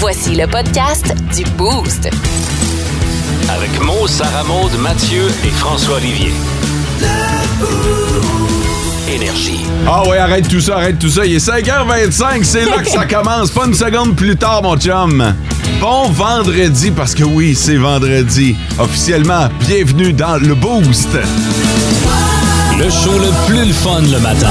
Voici le podcast du Boost. Avec Mo, Sarah Maud, Mathieu et François Olivier. Énergie. Ah ouais, arrête tout ça. Il est 5h25, c'est là que ça commence. Pas une seconde plus tard, mon chum. Bon vendredi, parce que oui, c'est vendredi. Officiellement, bienvenue dans le Boost. Le show le plus le fun le matin.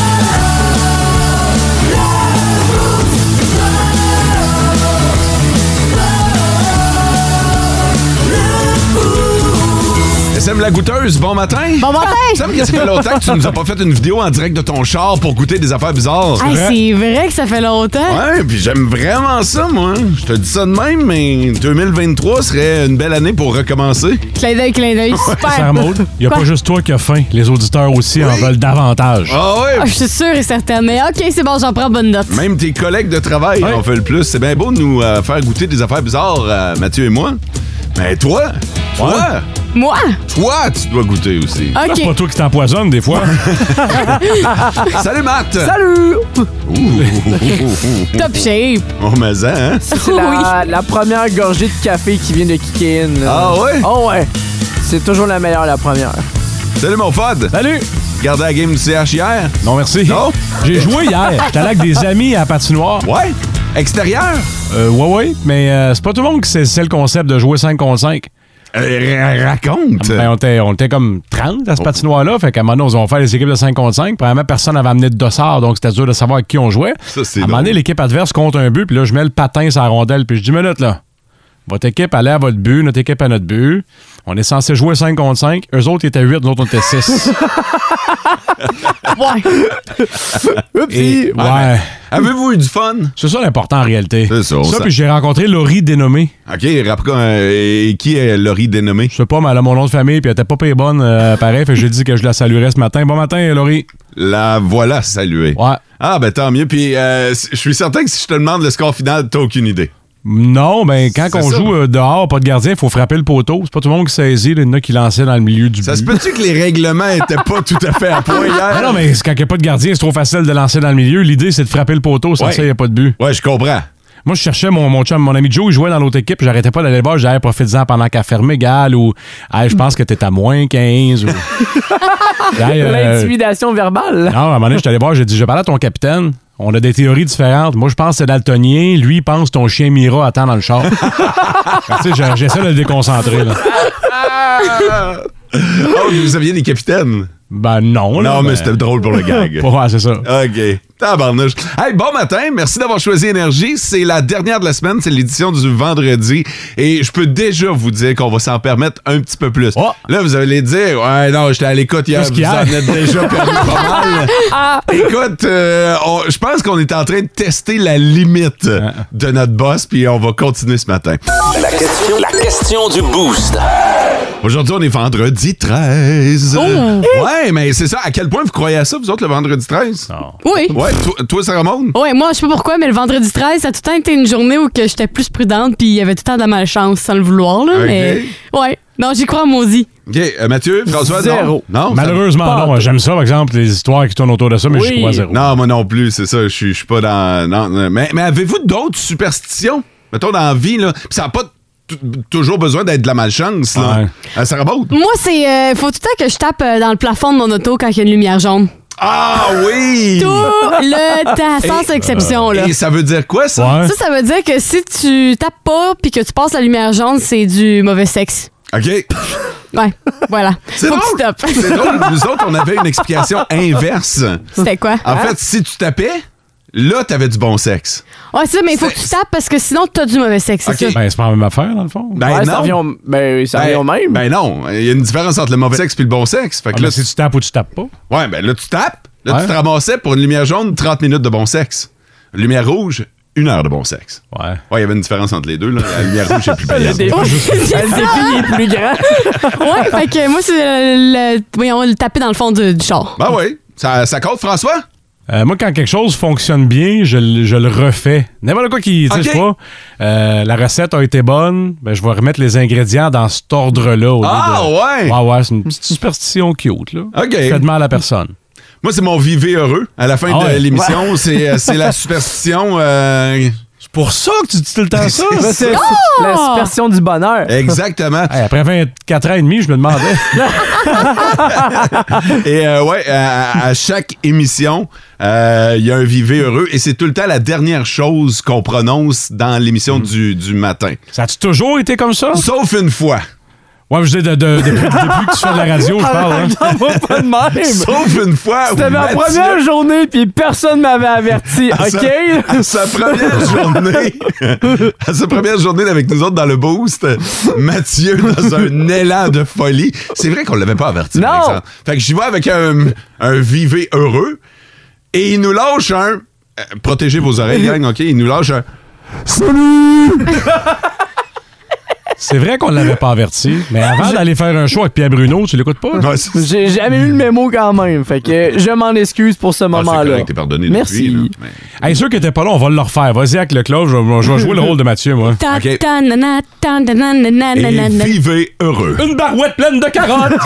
SM la goûteuse, bon matin. Bon matin. Ça fait longtemps que tu nous as pas fait une vidéo en direct de ton char pour goûter des affaires bizarres. Hey, c'est vrai que ça fait longtemps. Ouais, puis j'aime vraiment ça, moi. Je te dis ça de même, mais 2023 serait une belle année pour recommencer. Clin d'œil, super. Sarah Maud, il n'y a Quoi? pas juste toi qui as faim. Les auditeurs aussi en veulent davantage. Ah ouais? Ah, je suis sûre et certaine. Mais OK, c'est bon, j'en prends bonne note. Même tes collègues de travail en veulent plus. C'est bien beau de nous faire goûter des affaires bizarres, Mathieu et moi. Mais toi, Moi? tu dois goûter aussi. OK. C'est pas toi qui t'empoisonne des fois. Salut, Matt! Salut! Top shape. Oh, mais ça, hein? C'est la première gorgée de café qui vient de kicker in. Ah ouais? Oh ouais. C'est toujours la meilleure, la première. Salut, mon Fod! Salut! Regardez la game du CH hier? Non, merci. Non? J'ai joué hier. J'étais allé avec des amis à la patinoire. Ouais? Extérieur? Ouais, mais c'est pas tout le monde qui sait le concept de jouer 5 contre 5. Raconte! Ben, on était comme 30 à ce patinoire-là. Fait qu'à un moment donné, on va faire les équipes de 5 contre 5. Premièrement, personne n'avait amené de dossard, donc c'était dur de savoir avec qui on jouait. Ça, c'est à un moment donné, drôle. l'équipe adverse compte un but, puis là, je mets le patin sur la rondelle, puis je dis, minute, là. Votre équipe allait à votre but, notre équipe à notre but. On est censé jouer 5 contre 5. Eux autres étaient 8, nous autres, on était 6. Oupsie! Ouais. Avez-vous eu du fun? C'est ça l'important en réalité. C'est ça. Puis j'ai rencontré Laurie Dénommée. OK, et qui est Laurie dénommée? Je sais pas, mais elle a mon nom de famille, puis elle était pas payée bonne, pareil. Fait que j'ai dit que je la saluerais ce matin. Bon matin, Laurie. La voilà saluée. Ouais. Ah, ben tant mieux. Puis je suis certain que si je te demande le score final, t'as aucune idée. Non, ben quand C'est on ça. joue dehors, pas de gardien, il faut frapper le poteau. C'est pas tout le monde qui saisit. Il y en a qui lançaient dans le milieu du Ça but. se peut-tu que les règlements étaient pas tout à fait à point hier? Ah non, mais quand il n'y a pas de gardien, c'est trop facile de lancer dans le milieu. L'idée, c'est de frapper le poteau. Sans Ouais. ça, il n'y a pas de but. Ouais, je comprends. Moi, je cherchais mon chum, mon ami Joe, il jouait dans l'autre équipe. J'arrêtais pas d'aller le voir. Je disais, hey, profite-en pendant qu'elle ferme égale ou hey, je pense que t'es à moins 15. Ou... Hey, L'intimidation verbale. Non, à un moment donné, je suis allé voir, j'ai dit, je parle à ton capitaine. On a des théories différentes. Moi, je pense que c'est daltonien. Lui, il pense que ton chien Mira attend dans le char. Tu sais, j'essaie de le déconcentrer. Là. Oh, vous aviez des capitaines? Ben non. Là, Non, mais ben... c'était drôle pour le gag. Ouais, c'est ça. OK. Tabarnouche. Hey, bon matin. Merci d'avoir choisi Énergie. C'est la dernière de la semaine. C'est l'édition du vendredi. Et je peux déjà vous dire qu'on va s'en permettre un petit peu plus. Oh. Là, vous allez dire, ouais, non, j'étais à l'écoute hier. Qu'est-ce Vous qu'il y a? en êtes déjà perdu pas mal. Écoute, je pense qu'on est en train de tester la limite de notre boss, puis on va continuer ce matin. La question du Boost. Aujourd'hui, on est vendredi 13. Ouais, mais c'est ça. À quel point vous croyez à ça, vous autres, le vendredi 13? Oui. Ouais, toi Sarah Maud? Ouais, moi, je sais pas pourquoi, mais le vendredi 13, ça a tout le temps été une journée où que j'étais plus prudente, puis il y avait tout le temps de la malchance sans le vouloir, là. Ok. Mais ouais. Non, j'y crois, maudit. OK, Mathieu, François, Zéro. Non? Malheureusement, non. J'aime ça, par exemple, les histoires qui tournent autour de ça, mais Oui. je crois zéro. Non, moi non plus, c'est ça. Je suis pas dans... Non, mais avez-vous d'autres superstitions? Mettons, dans la vie, là. Puis ça n'a pas toujours besoin d'être de la malchance, là. Sarah Maud? Moi, c'est. Faut tout le temps que je tape dans le plafond de mon auto quand il y a une lumière jaune. Ah oui! Tout le temps, sans exception, là. Et ça veut dire quoi, ça? Ouais. Ça veut dire que si tu tapes pas puis que tu passes la lumière jaune, c'est du mauvais sexe. OK. Ouais, voilà. C'est Faut drôle. que tu tapes. C'est drôle. Nous autres, on avait une explication inverse. C'était quoi? En fait, si tu tapais, là, t'avais du bon sexe. Ouais, c'est ça, mais il faut que tu tapes parce que sinon, t'as du mauvais sexe, c'est Ok. ça. Ben, c'est pas la même affaire, dans le fond. Ben Ouais, non. ça revient au même. Ben non. Il y a une différence entre le mauvais sexe et le bon sexe. Fait que Ah, là, mais si tu tapes ou tu tapes pas. ouais, ben là, tu tapes. Là, Ouais. tu te ramassais pour une lumière jaune, 30 minutes de bon sexe. Lumière rouge, 1 heure de bon sexe. Ouais. Ouais, il y avait une différence entre les deux, là. La lumière rouge est plus Le payante. défi, C'est le ça. défi il est plus grand. Ouais, fait que moi, c'est voyons, le taper dans le fond du char. Ben oui. Ça compte, François? Moi, quand quelque chose fonctionne bien, je le refais. N'importe quoi qui, tu sais, je sais pas, la recette a été bonne, ben, je vais remettre les ingrédients dans cet ordre-là. Au lieu de... Ouais! Ouais, c'est une petite superstition cute, là. OK. Fait de mal à la personne. Moi, c'est mon vivez heureux. À la fin Ah de ouais. l'émission, c'est la superstition. Je pour ça que tu dis tout le temps ça? C'est la superstition du bonheur. Exactement. Hey, après 24 ans et demi, je me demandais. Et à chaque émission, il y a un vivez heureux et c'est tout le temps la dernière chose qu'on prononce dans l'émission du matin. Ça a-tu toujours été comme ça? Sauf une fois. Ouais, je dis depuis que tu fais de la radio, je parle. Hein. Pas de même. Sauf une fois. C'était ma première journée, puis personne m'avait averti, OK? À sa première journée avec nous autres dans le boost, Mathieu, dans un élan de folie. C'est vrai qu'on l'avait pas averti, par exemple. Fait que j'y vais avec un vivez heureux et il nous lâche un... protégez vos oreilles, gang, OK? Il nous lâche un... Salut! C'est vrai qu'on l'avait pas averti, mais avant d'aller faire un show avec Pierre Bruno, tu l'écoutes pas? Ouais, j'ai jamais eu le mémo quand même, fait que je m'en excuse pour ce moment-là. C'est correct, t'es pardonné. Merci. Depuis, là, Hey, ceux qui étaient pas là, on va le refaire. Vas-y avec le close, je vais jouer le rôle de Mathieu, moi. OK. Et vivez heureux. Une barouette pleine de carottes!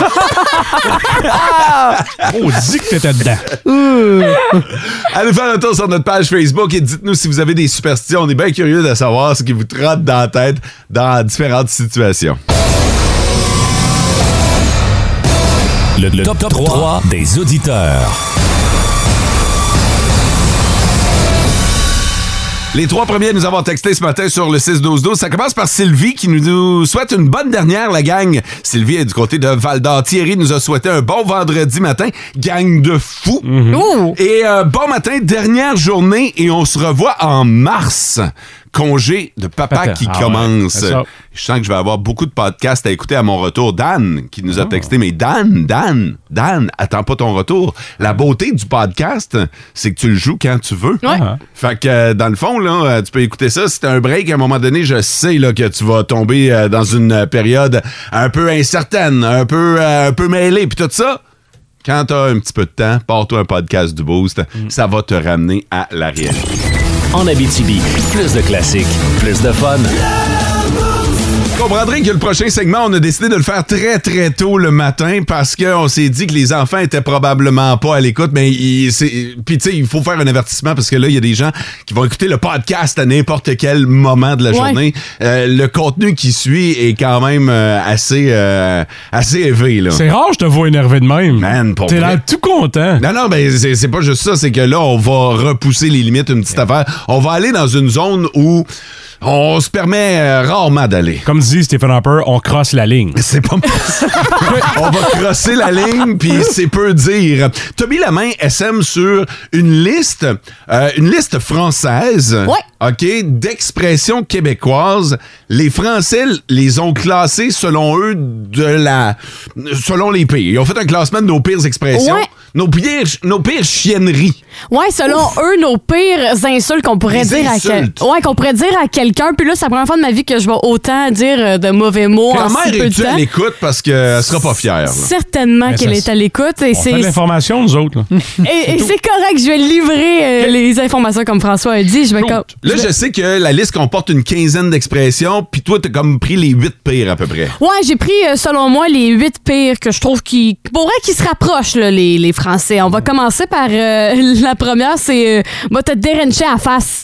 Oh, dis que t'étais dedans. Allez faire un tour sur notre page Facebook et dites-nous si vous avez des superstitions. On est bien curieux de savoir ce qui vous trotte dans la tête dans différentes situations. Le top 3 des auditeurs. Les 3 premiers à nous avoir texté ce matin sur le 6-12-12. Ça commence par Sylvie qui nous souhaite une bonne dernière, la gang. Sylvie est du côté de Val-d'Or. Thierry nous a souhaité un bon vendredi matin. Gang de fous. Et bon matin, dernière journée et on se revoit en mars. Congé de papa qui commence. Ouais, je sens que je vais avoir beaucoup de podcasts à écouter à mon retour. Dan, qui nous a texté, mais Dan, attends pas ton retour. La beauté du podcast, c'est que tu le joues quand tu veux. Ouais. Fait que, dans le fond, là, tu peux écouter ça. Si t'as un break, à un moment donné, je sais là, que tu vas tomber dans une période un peu incertaine, un peu mêlée, puis tout ça. Quand t'as un petit peu de temps, pars-toi un podcast du Boost. Ça va te ramener à la réalité. En Abitibi, plus de classiques, plus de fun. Vous comprendrez que le prochain segment, on a décidé de le faire très, très tôt le matin parce qu'on s'est dit que les enfants étaient probablement pas à l'écoute. Mais puis, tu sais, il faut faire un avertissement parce que là, il y a des gens qui vont écouter le podcast à n'importe quel moment de la journée. Le contenu qui suit est quand même assez élevé, là. C'est rare, je te vois énervé de même. Man, pour T'es vrai. là tout content. Non, ben c'est pas juste ça. C'est que là, on va repousser les limites, une petite affaire. On va aller dans une zone où on se permet rarement d'aller. Comme dit Stephen Harper, on crosse la ligne. C'est pas on va crosser la ligne, puis c'est peu dire. T'as mis la main, SM, sur une liste française, OK, d'expressions québécoises. Les Français les ont classées selon eux selon les pires. Ils ont fait un classement de nos pires expressions, nos pires chienneries. Ouais, selon eux, nos pires insultes qu'on pourrait dire à quelqu'un. Puis là, c'est la première fois de ma vie que je vais autant dire de mauvais mots en si peu de temps. À l'écoute parce qu'elle sera pas fière. Là. Certainement qu'elle est à l'écoute. Et on fait de l'information, nous autres. Là. Et c'est correct, je vais livrer les informations comme François a dit. Là, je sais que la liste comporte une quinzaine d'expressions, puis toi, t'as comme pris les 8 pires à peu près. Ouais, j'ai pris, selon moi, les 8 pires que je trouve qui se rapprochent, là, les Français. On va commencer par la première, c'est va te dérencher à la face.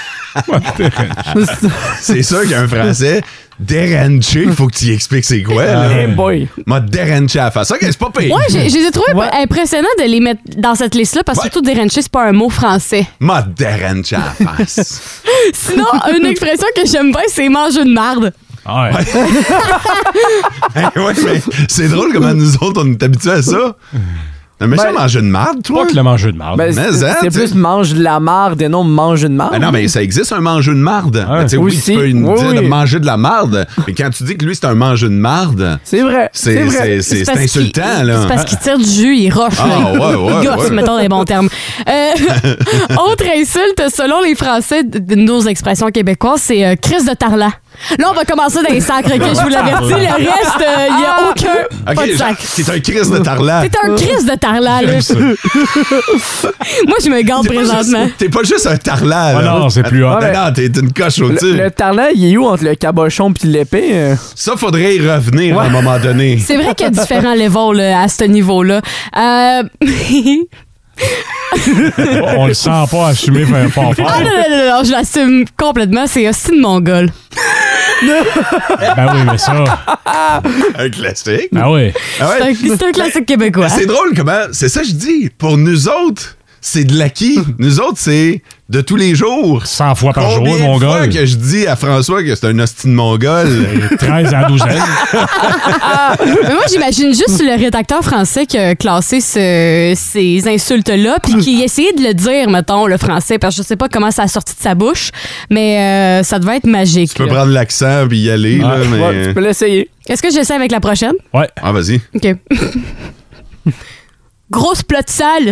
C'est sûr qu'il y a un Français déranché, il faut que tu y expliques c'est quoi. Hey boy. M'a déranché à la face. OK, c'est pas pire. Ouais, je les ai trouvés impressionnants de les mettre dans cette liste-là parce que surtout déranché, c'est pas un mot français. M'a déranché à la face. Sinon, une expression que j'aime bien, c'est manger une marde. Ouais. Ouais, mais c'est drôle comment nous autres, on est habitués à ça. Un méchant manger une marde, toi? Pas que le manger de marde. Ben, c'est plus mange de la marde et non mange une marde. Ben non, mais ça existe un manger de marde. Ouais. Ben, oui, tu peux dire de manger de la marde, mais quand tu dis que lui, c'est un manger de marde, c'est vrai. C'est insultant, là. C'est parce qu'il tire du jus, il roche. Il gosse, mettons les bons termes. Autre insulte, selon les Français, de nos expressions québécoises, c'est crise de tarlat. Là, on va commencer dans les sacres, que je vous l'avertis. Le reste, il n'y a aucun. Pas de sac. C'est un crise de tarlat. C'est un crise de tarlat, là. Moi, je me garde présentement. T'es pas juste un tarlat, là. Ah non, c'est plus hot. Non, t'es une coche au-dessus. Le tarlat, il est où entre le cabochon et l'épée? Ça, faudrait y revenir à un moment donné. C'est vrai qu'il y a différents levels là, à ce niveau-là. On le sent pas assumer fort. Ah non, je l'assume complètement. C'est hostie de mongol. Ben oui, mais ça... Un classique. Ben oui. Ah ouais. C'est un classique québécois. C'est drôle comment... C'est ça que je dis. Pour nous autres, c'est de l'acquis. Nous autres, c'est de tous les jours. 100 fois par jour, Combien de mongol. fois que je dis à François que c'est un hostie de mongol? 13 à 12 ans. Mais moi, j'imagine juste le rédacteur français qui a classé ces insultes-là, puis qui essayait de le dire, mettons, le français, parce que je sais pas comment ça a sorti de sa bouche, mais ça devait être magique. Tu peux prendre l'accent puis y aller, là, mais... Ouais, tu peux l'essayer. Est-ce que j'essaie avec la prochaine? Ouais. Ah, vas-y. OK. Grosse plotte sale.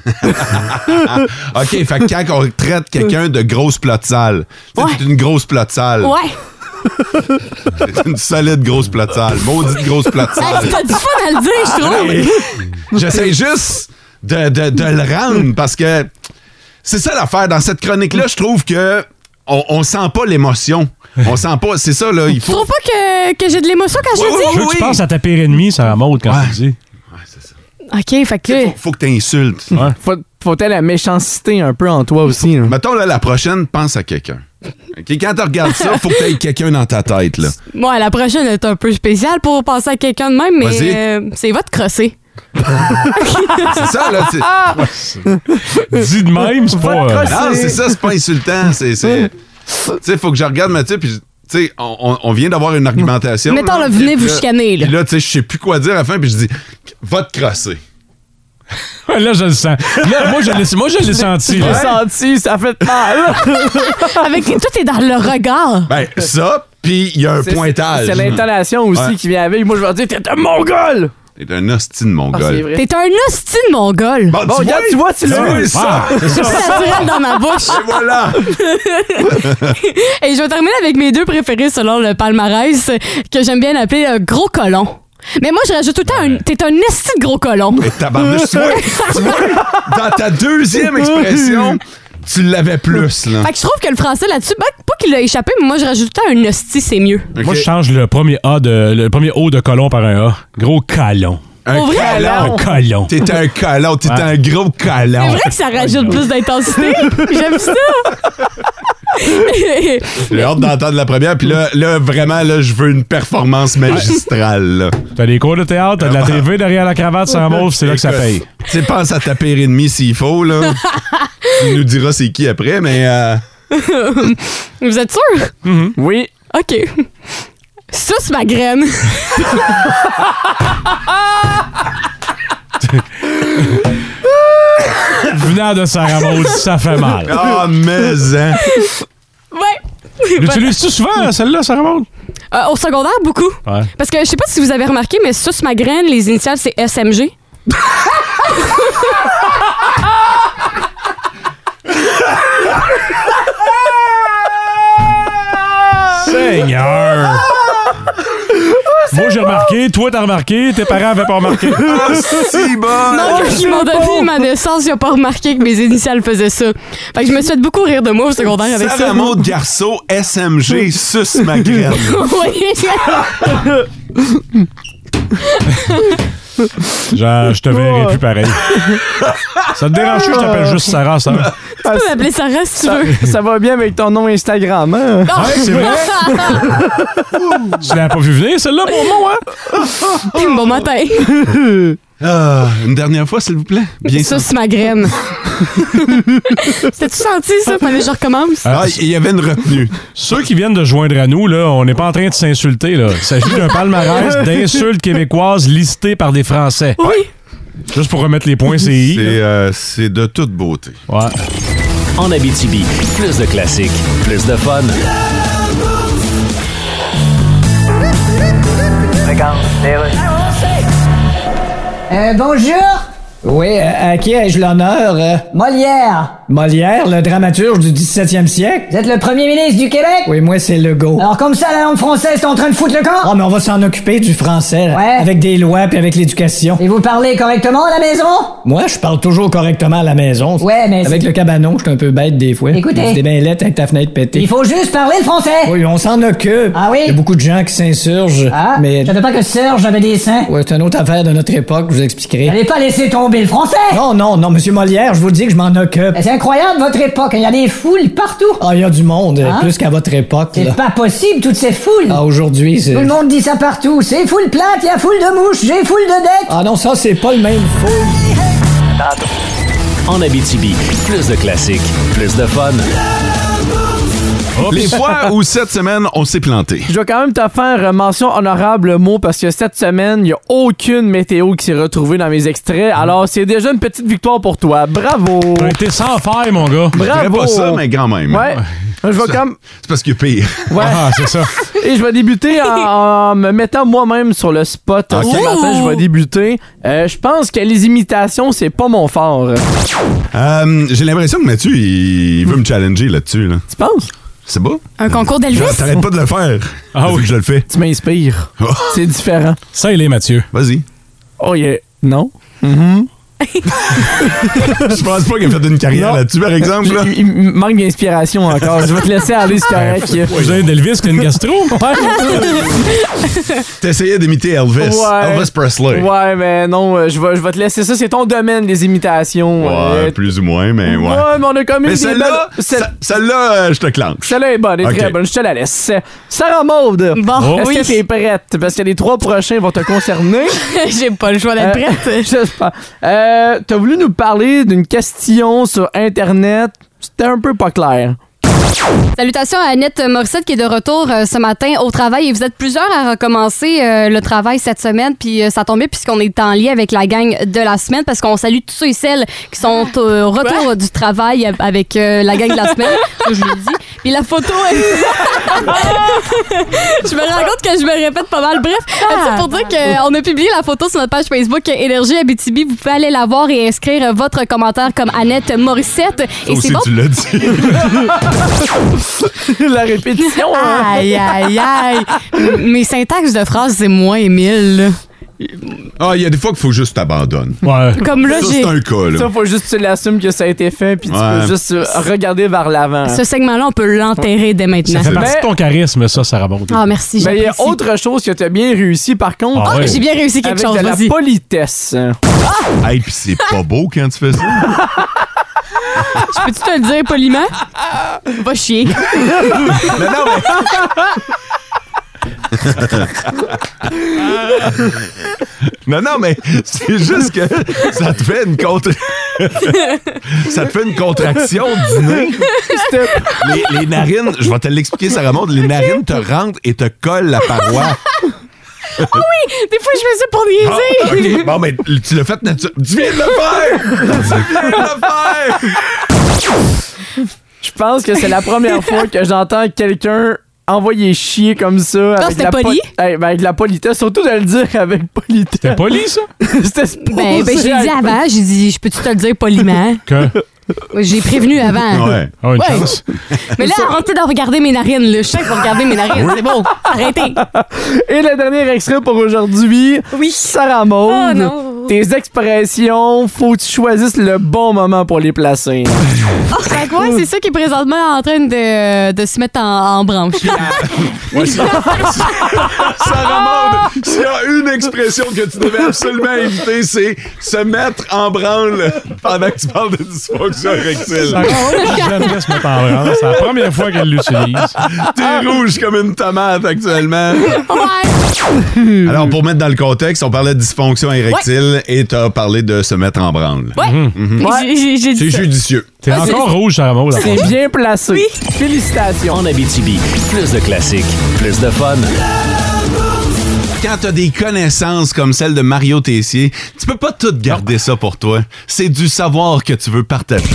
OK, fait que quand on traite quelqu'un de grosse plotte sale, Ouais. c'est une grosse plotte sale. Ouais. C'est une solide grosse plotte sale. Maudite grosse plotte sale. T'as du fun à le dire, je trouve. Hey, j'essaie juste de le rendre parce que c'est ça l'affaire. Dans cette chronique-là, je trouve que on sent pas l'émotion. On sent pas... C'est ça, là. Il Tu faut... trouves pas que j'ai de l'émotion quand je Ouais, le dis? Je veux que tu penses à ta pire ennemie, Sarah Maud, quand tu dis. Ouais, c'est ça. OK, fait que... Faut que t'insultes. Ouais. Faut-elle la méchanceté un peu en toi aussi. Là. Mettons, là, la prochaine, pense à quelqu'un. OK, quand tu regardes ça, faut que t'aies quelqu'un dans ta tête, là. Ouais, la prochaine est un peu spéciale pour penser à quelqu'un de même, mais c'est votre crosser. C'est ça, là. Dis de même, c'est pas... Non, c'est ça, c'est pas insultant. Tu sais, faut que je regarde Mathieu, puis... Tu sais, on vient d'avoir une argumentation. Mettons, là, venez vous chicaner, là. Puis là, tu sais, je sais plus quoi dire à la fin, puis je dis, va te crosser. Là, je le sens. Là, moi, je l'ai senti. J'ai là. senti, ça fait mal. Tout est dans le regard. Ben, ça, puis il y a un pointage. C'est l'intonation aussi Ouais. qui vient avec. Moi, je vais dire, t'es un mongol! T'es un hostie de Ah, mongol. c'est vrai. T'es un hostie de mongol. Bon, Bon, regarde, tu vois, tu l'as vois eu. ça. Ah, c'est ça. C'est naturel dans ma bouche. Et voilà. Et je vais terminer avec mes deux préférés selon le palmarès, que j'aime bien appeler le gros colon. Mais moi, je rajoute tout le temps t'es un esti de gros colon. Et tabarnouche, tu vois, dans ta deuxième expression, tu l'avais plus, là. Fait que je trouve que le français là-dessus, ben, pas qu'il l'a échappé, mais moi, je rajoute tout le temps un hostie, c'est mieux. OK. Moi, je change le premier O de colon par un A. Gros calon. Un Pour vrai? colon. Un colon. T'es un colon, t'es Ouais. un gros C'est colon. vrai que ça rajoute plus d'intensité. J'aime ça. J'ai hâte d'entendre la première, puis là, vraiment, là, je veux une performance magistrale, là. T'as des cours de théâtre, t'as de la TV derrière la cravate, Sarah Maud, c'est là que ça paye. Tu sais, pense à ta pire ennemie s'il faut, là. Tu nous diras c'est qui après, mais... Vous êtes sûr? Oui. OK. Suce ma graine. Venant de Sarah Maud, ça fait mal. Ah, mais, hein. Ouais. L'utilises-tu souvent, celle-là, Sarah Maud? Au secondaire, beaucoup. Ouais. Parce que je sais pas si vous avez remarqué, mais suce ma graine, les initiales, c'est SMG. Seigneur! Moi, j'ai remarqué, toi, t'as remarqué, tes parents avaient pas remarqué. Ah, si bon. Non, quand ils m'ont donné ma naissance, ils n'ont pas remarqué que mes initiales faisaient ça. Fait que je me suis fait beaucoup rire de moi au secondaire avec ça. Sarah Maud Garceau, SMG, suce ma graine. Oui. Genre, je te verrai plus pareil. Ça te dérange que je t'appelle juste Sarah, ça? Tu peux m'appeler Sarah si tu veux. Ça va bien avec ton nom Instagram, hein? Ouais, c'est vrai. Tu l'as pas vu venir, celle-là, pour moi, hein? Bon matin. Ah, une dernière fois, s'il vous plaît. Bien Ça, sûr. c'est ma graine. T'as-tu senti ça? Fallait que je recommence. Ah, il y avait une retenue. Ceux qui viennent de joindre à nous, là, on n'est pas en train de s'insulter, là. Il s'agit d'un palmarès d'insultes québécoises listées par des Français. Oui. Juste pour remettre les points CI. C'est de toute beauté. Ouais. En Abitibi, plus de classiques, plus de fun. Bonjour. Oui, à qui ai-je l'honneur? Molière. Molière, le dramaturge du 17e siècle? Vous êtes le premier ministre du Québec? Oui, moi, c'est Legault. Alors comme ça, la langue française est en train de foutre le camp? Ah, mais on va s'en occuper du français, là. Ouais. Avec des lois puis avec l'éducation. Et vous parlez correctement à la maison? Moi, je parle toujours correctement à la maison. Ouais, mais Avec c'est- le cabanon, je suis un peu bête des fois. Écoutez. C'est bien lettre avec ta fenêtre pétée. Il faut juste parler le français. Oui, on s'en occupe. Ah oui? Il y a beaucoup de gens qui s'insurgent. Ah, Mais... je savais pas que Serge avait des seins. Ouais, c'est une autre affaire de notre époque, je vous expliquerai. J'allais pas laisser tomber parler le français. Non, monsieur Molière, je vous dis que je m'en occupe. C'est incroyable, votre époque. Il y a des foules partout. Ah, il y a du monde, plus qu'à votre époque. C'est là. pas possible, toutes ces foules. Ah, aujourd'hui, c'est... Tout le monde dit ça partout. C'est foule plate, il y a foule de mouches, j'ai foule de dettes. Ah non, ça, c'est pas le même foule. En Abitibi, plus de classiques, plus de fun. Les fois où cette semaine, on s'est planté. Je dois quand même te faire mention honorable mot parce que cette semaine, il n'y a aucune météo qui s'est retrouvée dans mes extraits. Alors, c'est déjà une petite victoire pour toi. Bravo! T'as été sans faille, mon gars. Je dirais Bravo! pas ça, mais quand même. Ouais. Je vais comme... C'est parce qu'il y a pire. Ouais. Ah, c'est ça. Et je vais débuter en me mettant moi-même sur le spot. Ok. Ce matin, je vais débuter. Je pense que les imitations, c'est pas mon fort. J'ai l'impression que Mathieu, il veut me challenger là-dessus. Là. Tu penses? C'est beau? Un concours d'Elvis? T'arrêtes pas de le faire. Ah oui. Que je le fais. Tu m'inspires. Oh. C'est différent. Ça, il est Mathieu. Vas-y. Oh yeah. Non? Je pense pas qu'il a fait une carrière Non. là-dessus, par exemple. Là. Il me manque d'inspiration encore. Je vais te laisser aller, c'est correct. Vous avez d'Elvis qui a une gastro? T'essayais d'imiter Elvis. Ouais. Elvis Presley. Ouais, mais non, je vais te laisser ça. C'est ton domaine, les imitations. Ouais, plus ou moins, mais ouais. Ouais, mais on a quand même Mais des celle-là, belles- celle-là, je te clenche. Celle-là est bonne, elle est Ok. très bonne. Je te la laisse. Sarah Maud. Bon, Est-ce oui. que t'es prête? Parce que les 3 prochains vont te concerner. J'ai pas le choix d'être prête. J'espère. T'as voulu nous parler d'une question sur Internet. C'était un peu pas clair. Salutations à Annette Morissette qui est de retour ce matin au travail et vous êtes plusieurs à recommencer le travail cette semaine puis ça tombe bien puisqu'on est en lien avec la gang de la semaine parce qu'on salue tous ceux et celles qui sont au retour du travail avec la gang de la semaine, ça, je le dis. Puis la photo je me rends compte que je me répète pas mal. Bref, c'est pour dire qu'on a publié la photo sur notre page Facebook Énergie Abitibi. Vous pouvez aller la voir et inscrire votre commentaire comme Annette Morissette. Ça Et aussi, c'est bon. tu l'as dit. La répétition. hein? Aïe, aïe, aïe. Mes syntaxes de phrases, c'est moins Émile. là. Ah, il y a des fois qu'il faut juste t'abandonner. Ouais. Comme là, Ça, j'ai... c'est un cas, là. Ça, faut juste que tu l'assumes que ça a été fait, puis tu Ouais. peux juste regarder vers l'avant. Ce segment-là, on peut l'enterrer dès maintenant. Ça fait partie Mais- de ton charisme, ça, Sarah Maud. Ah, merci, Mais il y a j'apprécie. autre chose que tu as bien réussi, par contre. Ah, ouais. J'ai bien réussi quelque avec chose, de la vas-y. politesse. Hey, pis c'est pas beau quand tu fais ça. Je peux-tu te le dire poliment? Va chier. Mais non, mais... non, mais c'est juste que ça te fait une ça te fait une contraction du nez. Les narines, je vais te l'expliquer, Sarah Maud, les narines te rentrent et te collent la paroi. Des fois, je fais ça pour niaiser. Ok, bon, mais tu l'as fait naturellement. Tu viens de le faire! Tu viens de le faire! Je pense que c'est la première fois que j'entends quelqu'un envoyer chier comme ça. Avec c'était la poli? avec la politesse. Surtout de le dire avec politesse. C'était poli, ça? C'était supposé Ben, j'ai dit être- avant, j'ai dit, je peux-tu te le dire poliment? Que? J'ai prévenu avant. Ouais. Ah, une Ouais. chance. Mais là, arrêtez de regarder mes narines, là. Je sais que vous regardez mes narines, c'est bon. Arrêtez. Et le dernier extrait pour aujourd'hui. Oui. Sarah Maud. Oh non. Tes expressions, faut que tu choisisses le bon moment pour les placer. Fait que ouais, c'est ça qui est présentement en train de se mettre en branche. là. Ouais, Sarah Maud, s'il y a une expression que tu devais absolument éviter, c'est se mettre en branle pendant que tu parles de dysfonction érectile. Sarah Maud, jamais se mettre en branle. C'est la première fois qu'elle l'utilise. T'es rouge comme une tomate actuellement. Ouais. Alors, pour mettre dans le contexte, on parlait de dysfonction érectile et t'as parlé de se mettre en branle. Ouais. J'ai C'est dit ça. judicieux. T'es encore rouge, Sarah Maud. C'est bien placé. Félicitations. En Abitibi, plus de classiques, plus de fun. Quand t'as des connaissances comme celle de Mario Tessier, tu peux pas tout garder ça pour toi. C'est du savoir que tu veux partager.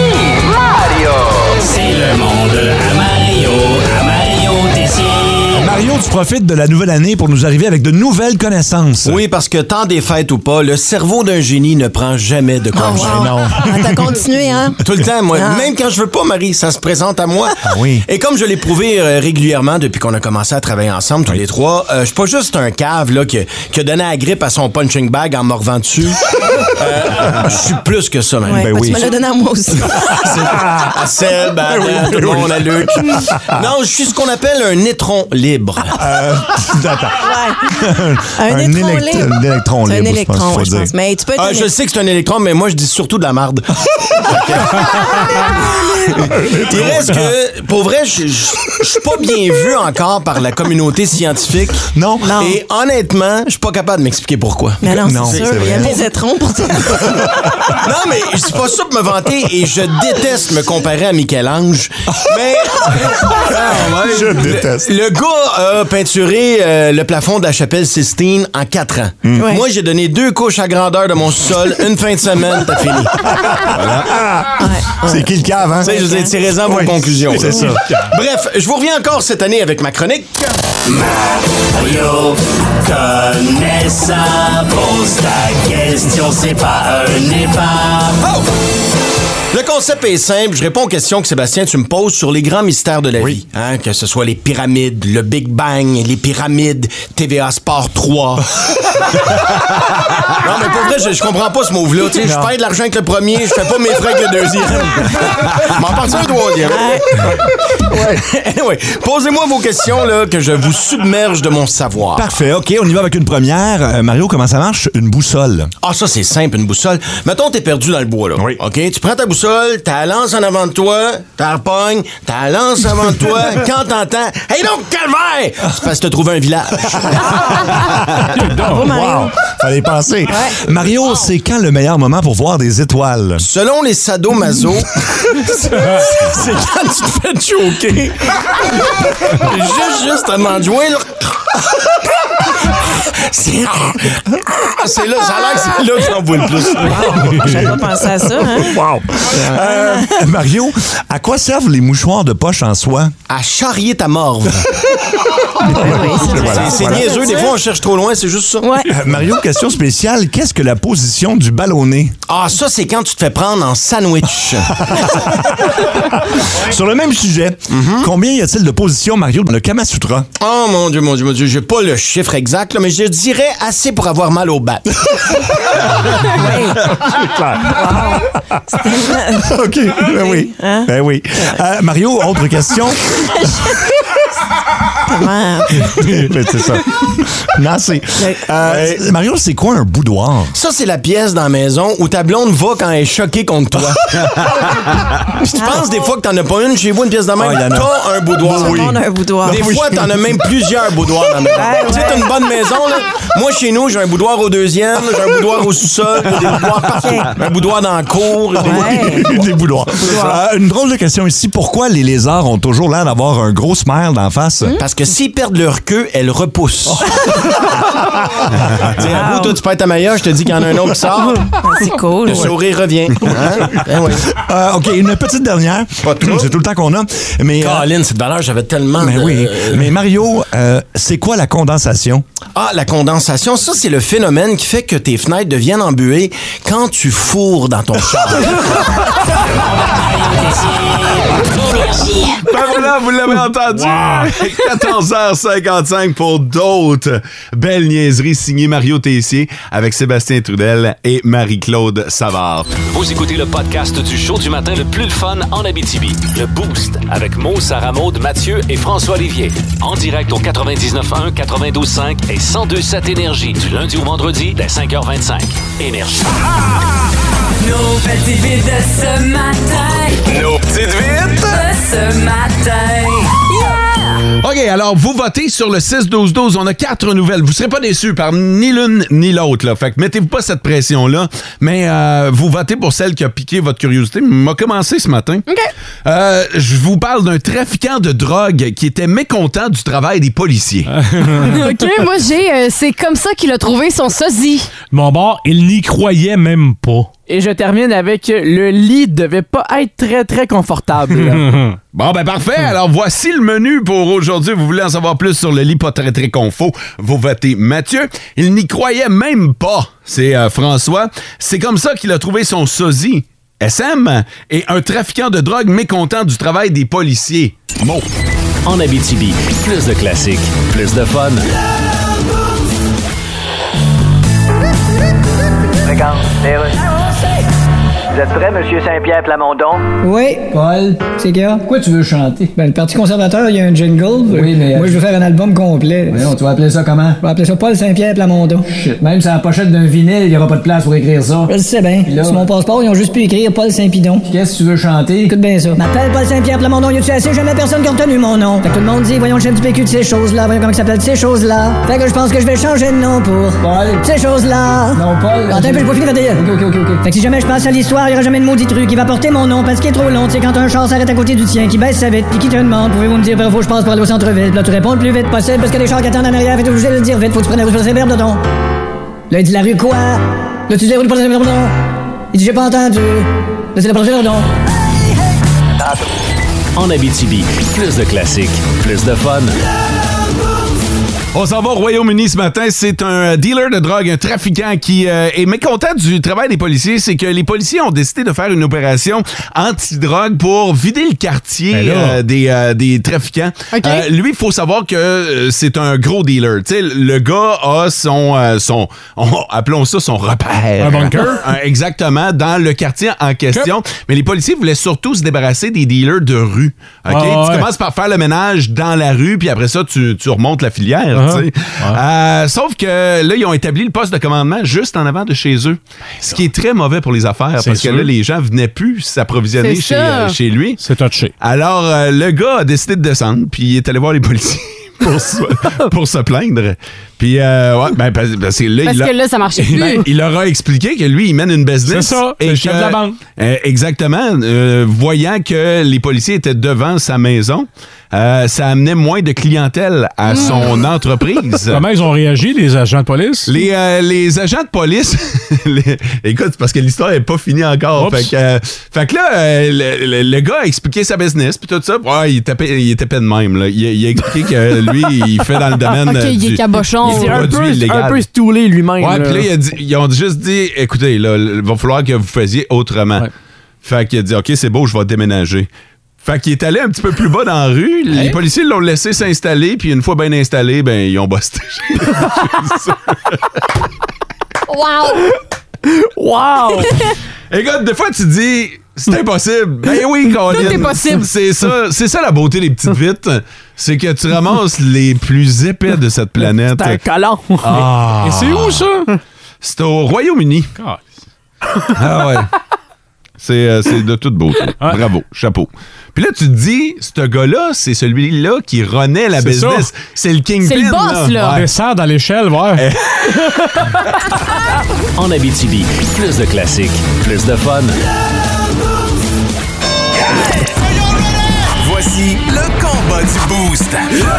C'est le monde à Mario Tessier. Mario, tu profites de la nouvelle année pour nous arriver avec de nouvelles connaissances. Oui, parce que tant des fêtes ou pas, le cerveau d'un génie ne prend jamais de congé. Non. T'as continué, hein? Tout le temps, moi. Ah. Même quand je veux pas, Marie, ça se présente à moi. Ah oui. Et comme je l'ai prouvé régulièrement depuis qu'on a commencé à travailler ensemble, tous les trois, je suis pas juste un cave là, qui a donné la grippe à son punching bag en me revant dessus. Je suis plus que ça, Marie. Ouais, Ben tu me l'as donné à moi aussi. À Seb, à tout le monde, à Luc. Non, je suis ce qu'on appelle un étron libre. Attends. Un électron libre. Un électron C'est libre, un électron, je je pense. Mais tu peux être Je sais que c'est un électron, mais moi, je dis surtout de la marde. Il reste que, pour vrai, je suis pas bien vu encore par la communauté scientifique. Non. Et honnêtement, je suis pas capable de m'expliquer pourquoi. Mais non, c'est sûr. Il y a des électrons pour toi. Non, mais je suis pas sûr pour me vanter et je déteste me comparer à Michel-Ange. Mais. Je déteste. Le gars a peinturé le plafond de la chapelle Sistine en 4 ans. Ouais. Moi, j'ai donné 2 couches à grandeur de mon sol, une fin de semaine, t'as fini. Voilà. C'est qui le cave, hein? Tu sais, je vous ai tiré vos conclusions. C'est ça. Bref, je vous reviens encore cette année avec ma chronique. Mario connaît ça, pose ta question, c'est pas un épave. Oh! Le concept est simple. Je réponds aux questions que Sébastien, tu me poses sur les grands mystères de la vie. Hein, que ce soit les pyramides, le Big Bang, les pyramides, TVA Sport 3. Non, mais pour vrai, je comprends pas ce move-là. Tu sais, je paye de l'argent avec le premier, je fais pas mes frais avec le deuxième. M'en partir un troisième. Anyway, posez-moi vos questions, là, que je vous submerge de mon savoir. Parfait, OK, on y va avec une première. Mario, comment ça marche? Une boussole. Ah, ça, c'est simple, une boussole. Mettons, t'es perdu dans le bois, là. Oui. OK? Tu prends ta boussole, t'as la lance en avant de toi, t'as la pogne, t'as la lance avant de toi. Quand t'entends, hey donc, calvaire! C'est parce que t'as trouvé un village. Bravo, Mario. Wow! Fallait penser. Mario, c'est quand le meilleur moment pour voir des étoiles? Selon les sadomaso, c'est quand tu te fais choquer. juste à m'en jouer, là. C'est là, ça a l'air que c'est là que j'en vois le plus. J'avais pas pensé à ça, hein? Wow! Mario, à quoi servent les mouchoirs de poche en soie? À charrier ta morve. Voilà, C'est niaiseux, des fois on cherche trop loin, c'est juste ça. Ouais. Mario, question spéciale, qu'est-ce que la position du ballonné? Ah, ça, c'est quand tu te fais prendre en sandwich. Sur le même sujet, combien y a-t-il de positions, Mario, dans le Kama Sutra? Oh mon Dieu, j'ai pas le chiffre exact, là, mais je dirais assez pour avoir mal au bat. OK, ben oui. Hein? Ben oui. Mario, autre question? Ben, c'est ça. Merci. Mario, c'est quoi un boudoir? Ça, c'est la pièce dans la maison où ta blonde va quand elle est choquée contre toi. Puis tu penses des fois que t'en as pas une chez vous, une pièce de même, t'as un boudoir. Tout le monde a un boudoir. Des fois, t'en as même plusieurs boudoirs dans la maison. Tu sais, t'as une bonne maison, là. Moi, chez nous, j'ai un boudoir au deuxième, j'ai un boudoir au sous-sol, j'ai des boudoirs partout. Un boudoir dans la cour. Des boudoirs. Une drôle de question ici. Pourquoi les lézards ont toujours l'air d'avoir un gros smile d'en face? Parce que s'ils perdent leur queue, elles repoussent. À vous, toi, tu perds ta maillot, je te dis qu'il y en a un autre qui sort. C'est cool. Le sourire revient. Hein? Ben oui. OK, une petite dernière. C'est tout le temps qu'on a. Mais, Caroline, cette valeur, j'avais tellement mais oui. Mais Mario, c'est quoi la condensation? Ah, la condensation, ça, c'est le phénomène qui fait que tes fenêtres deviennent embuées quand tu fourres dans ton char. Ben voilà, vous l'avez entendu. 14h55 pour d'autres belles niaiseries signées Mario Tessier avec Sébastien Trudel et Marie-Claude Savard. Vous écoutez le podcast du show du matin le plus fun en Abitibi. Le Boost avec Mo, Sarah Maud, Mathieu et François Olivier. En direct au 99.1, 92.5 et 102.7 Énergie du lundi au vendredi dès 5h25. Énergie. Nos petites vites de ce matin. Nos petites vites de ce matin. Yeah! OK, alors vous votez sur le 6-12-12. On a 4 nouvelles. Vous serez pas déçus par ni l'une ni l'autre. Là. Fait que mettez-vous pas cette pression-là. Mais vous votez pour celle qui a piqué votre curiosité. M'a commencé ce matin. OK. Je vous parle d'un trafiquant de drogue qui était mécontent du travail des policiers. OK, moi j'ai... c'est comme ça qu'il a trouvé son sosie. De mon bord, il n'y croyait même pas. Et je termine avec le lit devait pas être très, très confortable. Bon, ben parfait. Alors, voici le menu pour aujourd'hui. Vous voulez en savoir plus sur le lit pas très, très confo. Vous votez Mathieu. Il n'y croyait même pas. C'est François. C'est comme ça qu'il a trouvé son sosie. SM et un trafiquant de drogue mécontent du travail des policiers. Mo. En Abitibi, plus de classiques, plus de fun. Vous êtes prêt, Monsieur Saint-Pierre Plamondon? Oui. Paul, c'est qu'il y a? Pourquoi tu veux chanter? Ben, le Parti conservateur, il y a un jingle. Oui, mais... Moi, je veux faire un album complet. Voyons, tu vas appeler ça comment? Je vais appeler ça Paul Saint-Pierre Plamondon. Shit, même sur la pochette d'un vinyle, il n'y aura pas de place pour écrire ça. Je le sais bien. Sur mon passeport, ils ont juste pu écrire Paul Saint-Pidon. Qu'est-ce que tu veux chanter? Écoute bien ça. M'appelle Paul Saint-Pierre Plamondon, y a-tu assez? Jamais personne qui a retenu mon nom. Fait que tout le monde dit, voyons le chef du PQ de ces choses-là. Voyons comment il s'appelle de ces choses-là. Fait que je pense que je vais changer de nom pour Paul. Ces choses-là. Non, Paul. Attends un peu, je peux finir de dire. OK. Fait que si jamais je passe à l'histoire, il y aura jamais de maudit truc qui va porter mon nom parce qu'il est trop long. Tu sais, quand un char s'arrête à côté du tien, qui baisse sa vitre, puis qui te demande, pouvez-vous me dire par où je passe pour aller au centre-ville? Puis là, tu réponds le plus vite possible parce que les chars qui attendent en arrière, fait obligé de le dire vite. Faut que tu prennes la rue pour ces verbes de don. Là, il dit la rue quoi? Là, tu dis la rue pour les verbes de don. Il dit j'ai pas entendu. Là, c'est la prochaine don. En Abitibi, plus de classiques, plus de fun. On s'en va au Royaume-Uni ce matin. C'est un dealer de drogue, un trafiquant qui est mécontent du travail des policiers. C'est que les policiers ont décidé de faire une opération anti-drogue pour vider le quartier des trafiquants. Okay. Lui, il faut savoir que c'est un gros dealer. Tu sais, le gars a appelons ça son repère. Un bunker? Exactement, dans le quartier en question. Okay. Mais les policiers voulaient surtout se débarrasser des dealers de rue. Okay? Tu commences par faire le ménage dans la rue, puis après ça, tu remontes la filière. Sauf que là, ils ont établi le poste de commandement juste en avant de chez eux. Ce qui est très mauvais pour les affaires parce que là, les gens venaient plus s'approvisionner chez lui. C'est touché. Alors, le gars a décidé de descendre, puis il est allé voir les policiers pour se plaindre. Puis, parce que là, ça marchait plus. Il leur a expliqué que lui, il mène une business. C'est ça, c'est le chef de la banque. Exactement. Voyant que les policiers étaient devant sa maison, ça amenait moins de clientèle à son entreprise. Comment ils ont réagi, les agents de police? Les agents de police... écoute, parce que l'histoire n'est pas finie encore. Fait que là, le gars a expliqué sa business, puis tout ça. Ouais, il était de même. Là. Il a expliqué que lui, il fait dans le domaine il est cabochon. C'est un peu stoulé lui-même. Ouais, puis là, ils ont juste dit, écoutez, là, il va falloir que vous faisiez autrement. Ouais. Fait qu'il a dit, OK, c'est beau, je vais déménager. Fait qu'il est allé un petit peu plus bas dans la rue. Les policiers l'ont laissé s'installer, puis une fois bien installé, ben ils ont busté. Wow! Écoute, des fois, tu dis... C'est impossible. Ben oui, Colin. Tout est possible. C'est ça la beauté des petites vites. C'est que tu ramasses les plus épais de cette planète. C'est un colon. Et c'est où, ça? C'est au Royaume-Uni. Ah ouais. C'est de toute beauté. Ouais. Bravo. Chapeau. Puis là, tu te dis, ce gars-là, c'est celui-là qui renaît la business. Ça. C'est le kingpin. C'est le boss, là. Ouais. Descend dans l'échelle, ouais. En Abitibi, plus de classiques, plus de fun. Voici le combat du Boost.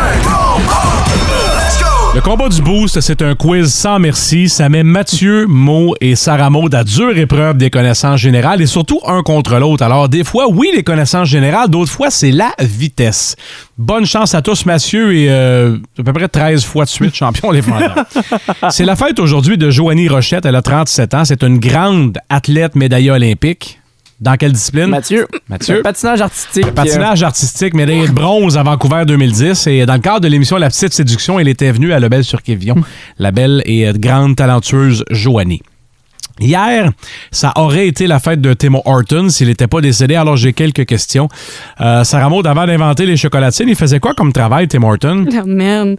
Le combat du Boost, c'est un quiz sans merci. Ça met Mathieu, Mo et Sarah Maud à dure épreuve des connaissances générales et surtout un contre l'autre. Alors, des fois, oui, les connaissances générales, d'autres fois, c'est la vitesse. Bonne chance à tous, Mathieu, et à peu près 13 fois de suite champion défendant. C'est la fête aujourd'hui de Joanie Rochette. Elle a 37 ans. C'est une grande athlète médaillée olympique. Dans quelle discipline? Mathieu. Patinage artistique. Patinage artistique, médaille de bronze à Vancouver 2010. Et dans le cadre de l'émission La Petite Séduction, elle était venue à Lebel-sur-Quévillon. La belle et grande talentueuse Joanie. Hier, ça aurait été la fête de Tim Hortons s'il n'était pas décédé. Alors, j'ai quelques questions. Sarah Maud, avant d'inventer les chocolatines, il faisait quoi comme travail, Tim Hortons? Oh, man.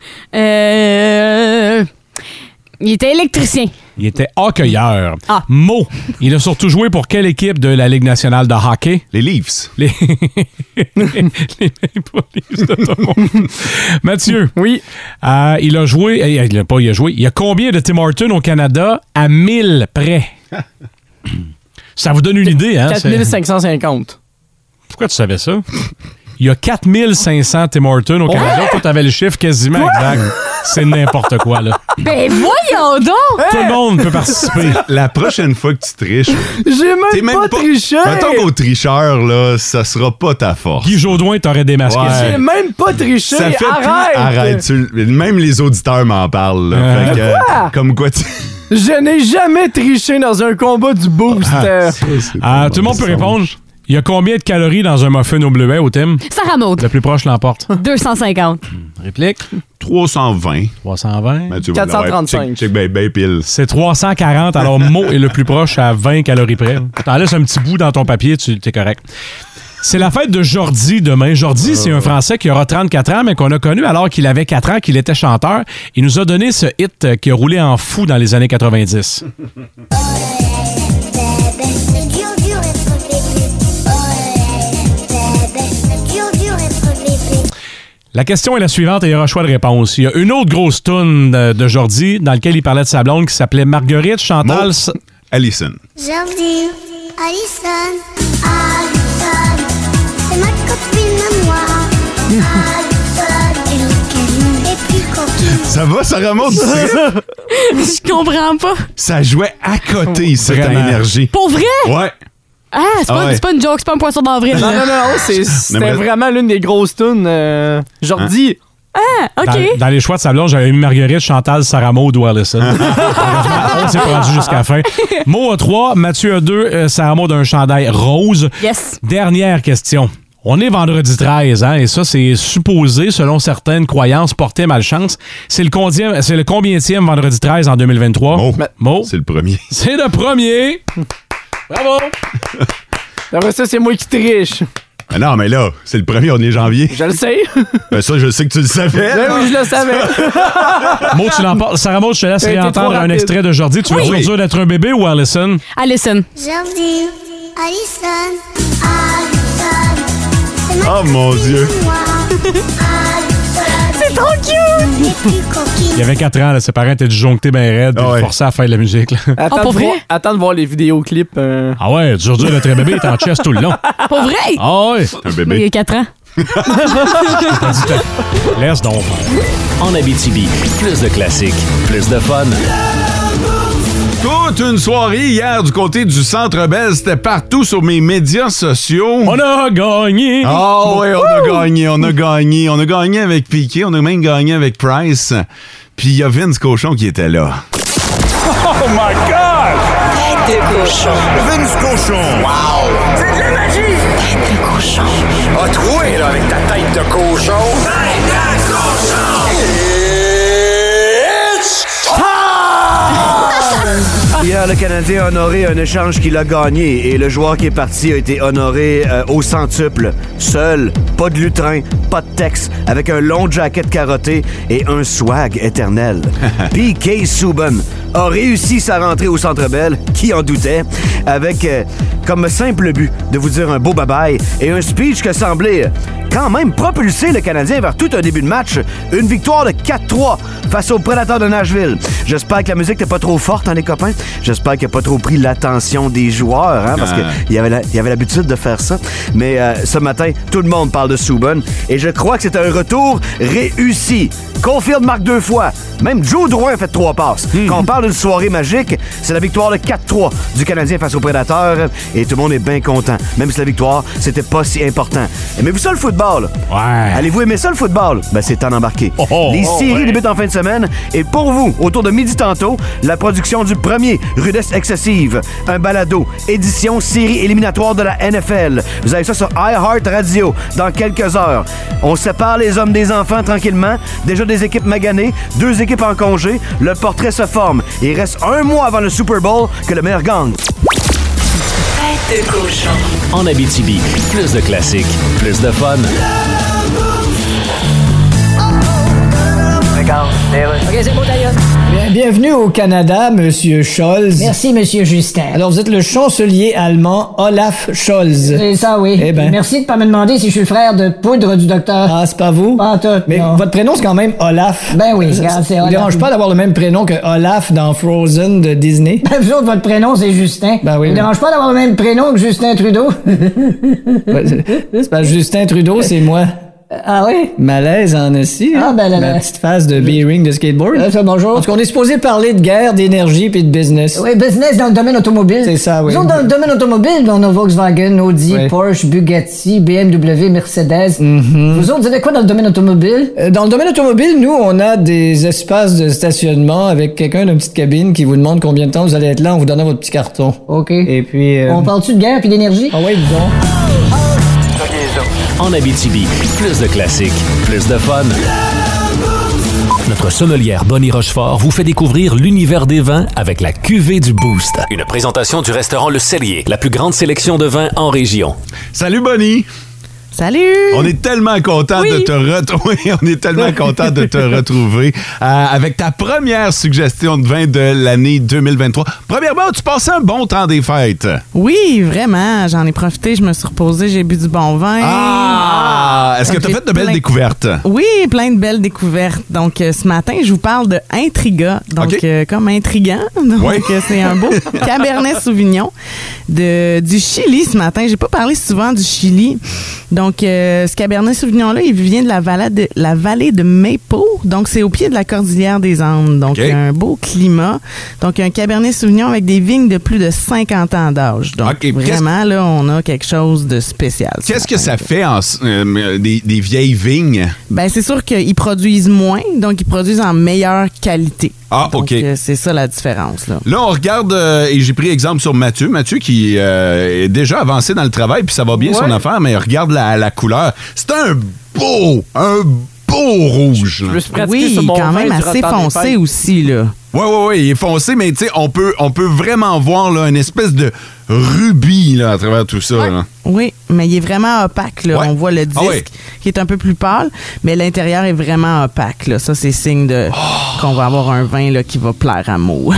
Il était électricien. Il était hockeyeur. Mo, il a surtout joué pour quelle équipe de la Ligue nationale de hockey? Les Leafs. Les Maple Leafs de Toronto. Mathieu. Oui. Il a joué. Il y a combien de Tim Hortons au Canada à 1000 près? Ça vous donne une idée, hein? 4550. Pourquoi tu savais ça? Il y a 4500 Tim Hortons au Canada. Toi, t'avais le chiffre quasiment exact. C'est n'importe quoi, là. Ben voyons donc! Tout le monde peut participer. La prochaine fois que tu triches... J'ai même pas triché! Mettons qu'au tricheur, là, ça sera pas ta force. Guy Jodoin t'aurait démasqué. Ouais. J'ai même pas triché! Ça fait Arrête! Même les auditeurs m'en parlent. Là. Fait que, comme quoi tu... Je n'ai jamais triché dans un combat du Boost. Tout le monde peut répondre. Il y a combien de calories dans un muffin au bleuet, au Tim? Sarah Maud. Le plus proche l'emporte. 250. Réplique? 320. 320. Mathieu, 435. Check bien pile. C'est 340, alors Mo est le plus proche à 20 calories près. T'en laisses un petit bout dans ton papier, t'es correct. C'est la fête de Jordi demain. Jordi, c'est un Français qui aura 34 ans, mais qu'on a connu alors qu'il avait 4 ans, qu'il était chanteur. Il nous a donné ce hit qui a roulé en fou dans les années 90. La question est la suivante et il y aura choix de réponse. Il y a une autre grosse toune de Jordi dans laquelle il parlait de sa blonde qui s'appelait Marguerite Chantal... Allison. Jordi, Allison, c'est ma copine à moi. Allison, est plus coquine. Ça va, ça remonte? Je comprends pas. Ça jouait à côté, cette énergie. Pour vrai? Ouais. Ah, c'est pas une joke, c'est pas un poisson d'avril. Non, c'était vraiment l'une des grosses tunes. Jordi. Ah, OK. Dans les choix de sa blonde, j'avais mis Marguerite, Chantal, Sarah Maud ou Allison. On s'est rendu jusqu'à la fin. Mo a 3, Mathieu a 2, Sarah Maud a un chandail rose. Yes. Dernière question. On est vendredi 13, hein, et ça, c'est supposé, selon certaines croyances, porter malchance. C'est le combienième vendredi 13 en 2023? Mo? C'est le premier. C'est le premier! Bravo! Après ça, c'est moi qui triche. Ben non, mais là, c'est le premier, on est janvier. Je le sais. Ben ça, je sais que tu le savais. Ben oui, je le savais. Maud, tu l'emportes. Sarah Maud, je te laisse réentendre un extrait de Jordi. Tu veux dur d'être un bébé ou Allison? Allison. Jordi, Allison, oh mon Dieu. C'est trop cute! Il y avait 4 ans, là, ses parents étaient disjonctés bien raides, puis forcés à faire de la musique. Là. Attends de voir les vidéoclips. Ah ouais, dur d'être un bébé, il est en chest tout le long. Pour vrai? Ah ouais. Un bébé. Il y a 4 ans. Laisse donc faire. En Abitibi, plus de classiques, plus de fun. Toute une soirée hier du côté du Centre Bell, c'était partout sur mes médias sociaux. On a gagné! Ah oui, on a gagné avec Piqué, on a même gagné avec Price. Puis il y a Vince Cochon qui était là. Oh my God! Tête de cochon. Vince Cochon. Wow! C'est de la magie! Tête de cochon. A troué, là, avec ta tête de cochon. Tête de cochon! It's time! Hier, le Canadien a honoré un échange qu'il a gagné et le joueur qui est parti a été honoré au centuple. Seul, pas de lutrin, pas de texte, avec un long jacket carotté et un swag éternel. P.K. Subban a réussi sa rentrée au Centre Bell, qui en doutait, avec comme simple but de vous dire un beau bye-bye et un speech qui semblait quand même propulser le Canadien vers tout un début de match. Une victoire de 4-3 face aux Prédateurs de Nashville. J'espère que la musique n'est pas trop forte, hein, les copains? J'espère qu'il n'a pas trop pris l'attention des joueurs, hein, parce qu'il y avait l'habitude de faire ça. Mais ce matin, tout le monde parle de Subban et je crois que c'est un retour réussi. Caulfield marque 2 fois. Même Joe Drouin a fait 3 passes. Quand on parle d'une soirée magique, c'est la victoire de 4-3 du Canadien face aux Prédateurs et tout le monde est bien content. Même si la victoire, c'était pas si important. Aimez-vous ça, le football? Ouais. Allez-vous aimer ça, le football? Ben, c'est temps d'embarquer. Les séries débutent en fin de semaine et pour vous, autour de midi tantôt, la production du premier Rudesse Excessive, un balado, édition série éliminatoire de la NFL. Vous avez ça sur iHeart Radio dans quelques heures. On sépare les hommes des enfants tranquillement. Déjà des équipes maganées, 2 équipes en congé. Le portrait se forme. Il reste 1 mois avant le Super Bowl que le meilleur gagne. Tête de cochon. En Abitibi, plus de classiques, plus de fun. OK, c'est bon, d'ailleurs. Bienvenue au Canada, Monsieur Scholz. Merci, Monsieur Justin. Alors, vous êtes le chancelier allemand Olaf Scholz. C'est ça, oui. Eh ben. Merci de pas me demander si je suis le frère de poudre du docteur. Ah, c'est pas vous? Pas tout. Mais non. votre prénom, c'est quand même Olaf. Ben oui, c'est Ça Olaf. vous dérange pas d'avoir le même prénom que Olaf dans Frozen de Disney? Ben, vous autres, votre prénom, c'est Justin. Ben oui. Ça vous dérange pas d'avoir le même prénom que Justin Trudeau? C'est pas Justin Trudeau, c'est moi. Ah oui? Malaise en assis. Ah, ben là, Ma petite phase de B-ring de skateboard. Ça, bonjour. En tout cas, on est supposé parler de guerre, d'énergie puis de business. Oui, business dans le domaine automobile. C'est ça, oui. Nous autres, dans le domaine automobile, on a Volkswagen, Audi, Oui. Porsche, Bugatti, BMW, Mercedes. Vous autres, vous avez quoi dans le domaine automobile? Dans le domaine automobile, nous, on a des espaces de stationnement avec quelqu'un d'une petite cabine qui vous demande combien de temps vous allez être là en vous donnant votre petit carton. OK. Et puis... On parle-tu de guerre puis d'énergie? Ah oui, disons. En Abitibi, plus de classiques, plus de fun. Notre sommelière Bonnie Rochefort vous fait découvrir l'univers des vins avec la cuvée du Boost. Une présentation du restaurant Le Cellier, la plus grande sélection de vins en région. Salut Bonnie! Salut! On est tellement content de te retrouver. On est tellement content de te retrouver avec ta première suggestion de vin de l'année 2023. Premièrement, tu passais un bon temps des fêtes. Oui, vraiment. J'en ai profité. Je me suis reposée. J'ai bu du bon vin. Est-ce que tu as fait de belles découvertes? Oui, plein de belles découvertes. Donc, ce matin, je vous parle de Intriga. Donc, comme intriguant. Donc, c'est un beau Cabernet Sauvignon du Chili ce matin. J'ai pas parlé souvent du Chili. Donc, ce Cabernet Sauvignon-là, il vient de la vallée de Maple. Donc, c'est au pied de la cordillère des Andes. Donc, un beau climat. Donc, un Cabernet Sauvignon avec des vignes de plus de 50 ans d'âge. Donc, vraiment, là, on a quelque chose de spécial. Qu'est-ce que ça fait des vieilles vignes? Ben, c'est sûr qu'ils produisent moins. Donc, ils produisent en meilleure qualité. Ah, OK. Donc, c'est ça la différence. Là, on regarde, et j'ai pris exemple sur Mathieu. Mathieu qui est déjà avancé dans le travail, puis ça va bien son affaire, mais regarde la couleur. C'est un beau rouge. Je me suis pratiqué sur mon quand même assez foncé aussi, là. Oui, il est foncé, mais tu sais, on peut vraiment voir là, une espèce de rubis là, à travers tout ça. Là. Oui, mais il est vraiment opaque. Là. On voit le disque qui est un peu plus pâle, mais l'intérieur est vraiment opaque. Là. Ça, c'est signe qu'on va avoir un vin là, qui va plaire à Mo.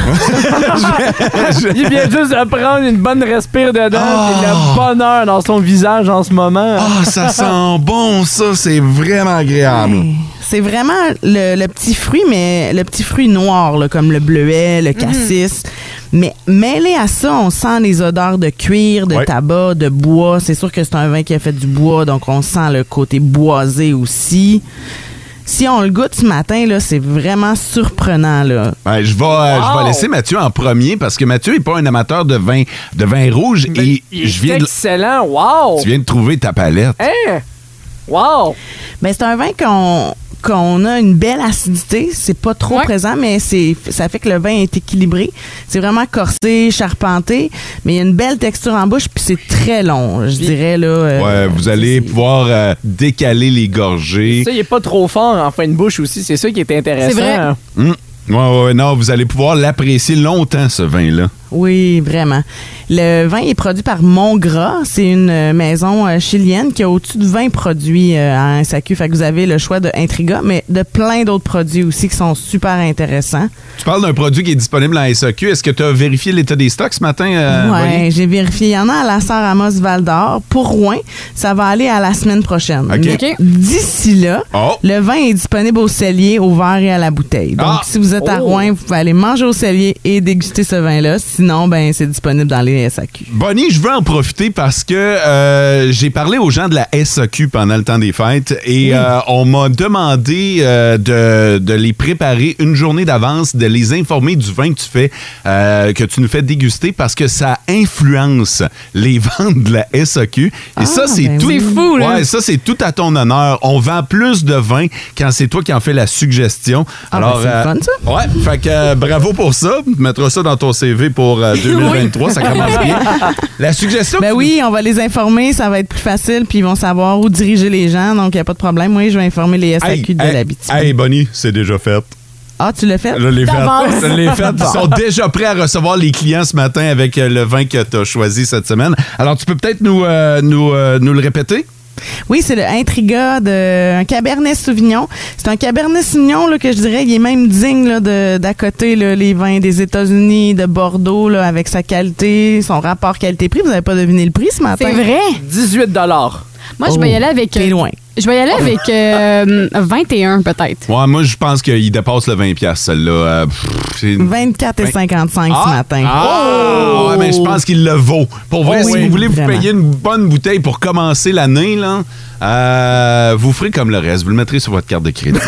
Il vient juste de prendre une bonne respire dedans et le bonheur dans son visage en ce moment. Ça sent bon, ça. C'est vraiment agréable. Ouais. C'est vraiment le petit fruit, mais le petit fruit noir, là, comme le bleuet, le cassis. Mais mêlé à ça, on sent les odeurs de cuir, de tabac, de bois. C'est sûr que c'est un vin qui a fait du bois, donc on sent le côté boisé aussi. Si on le goûte ce matin, là, c'est vraiment surprenant. Là. Je vais laisser Mathieu en premier parce que Mathieu n'est pas un amateur de vin rouge. Mais il est excellent, wow! Tu viens de trouver ta palette. Hein? Wow! Ben, c'est un vin qu'on a une belle acidité. C'est pas trop présent, mais ça fait que le vin est équilibré. C'est vraiment corsé, charpenté, mais il y a une belle texture en bouche, puis c'est très long, je dirais. Là, vous allez pouvoir décaler les gorgées. Ça, il est pas trop fort en fin de bouche aussi. C'est ça qui est intéressant. C'est vrai. Non, vous allez pouvoir l'apprécier longtemps, ce vin-là. Oui, vraiment. Le vin est produit par Montgras. C'est une maison chilienne qui a au-dessus de 20 produits à SAQ. Fait que vous avez le choix de Intriga, mais de plein d'autres produits aussi qui sont super intéressants. Tu parles d'un produit qui est disponible en SAQ. Est-ce que tu as vérifié l'état des stocks ce matin? Oui, j'ai vérifié. Il y en a à la Sœur Amos Val-d'Or. Pour Rouen, ça va aller à la semaine prochaine. OK. D'ici là, le vin est disponible au cellier, au verre et à la bouteille. Donc, si vous êtes à Rouen, vous pouvez aller manger au cellier et déguster ce vin-là. Sinon, ben c'est disponible dans les SAQ. Bonnie, je veux en profiter parce que j'ai parlé aux gens de la SAQ pendant le temps des fêtes et on m'a demandé de les préparer une journée d'avance, de les informer du vin que tu fais, que tu nous fais déguster parce que ça influence les ventes de la SAQ. Et ça, c'est tout. C'est fou, là. Ouais, ça, c'est tout à ton honneur. On vend plus de vin quand c'est toi qui en fais la suggestion. Alors, c'est fun, ça. Ouais, fait que bravo pour ça. Tu mettras ça dans ton CV pour 2023, ça commence bien. La suggestion... Ben oui, on va les informer, ça va être plus facile, puis ils vont savoir où diriger les gens, donc il n'y a pas de problème. Oui, je vais informer les SAQ de l'Abitibi. Hey, Bonnie, c'est déjà fait. Ah, tu l'as fait? Je l'ai fait. Ils sont déjà prêts à recevoir les clients ce matin avec le vin que tu as choisi cette semaine. Alors, tu peux peut-être nous le répéter? Oui, c'est le Intriga un Cabernet Sauvignon. C'est un Cabernet Sauvignon là, que je dirais, il est même digne là, d'à côté là, les vins des États-Unis, de Bordeaux, là, avec sa qualité, son rapport qualité-prix. Vous n'avez pas deviné le prix ce matin? C'est vrai? 18 $. Moi, je vais y aller avec... T'es loin. Je vais y aller avec 21 peut-être. Ouais, moi, je pense qu'il dépasse le 20$, celle-là. 24,55 ce matin. Ouais, mais je pense qu'il le vaut. Pour vrai, si vous voulez vous payer une bonne bouteille pour commencer l'année, là, vous ferez comme le reste. Vous le mettrez sur votre carte de crédit.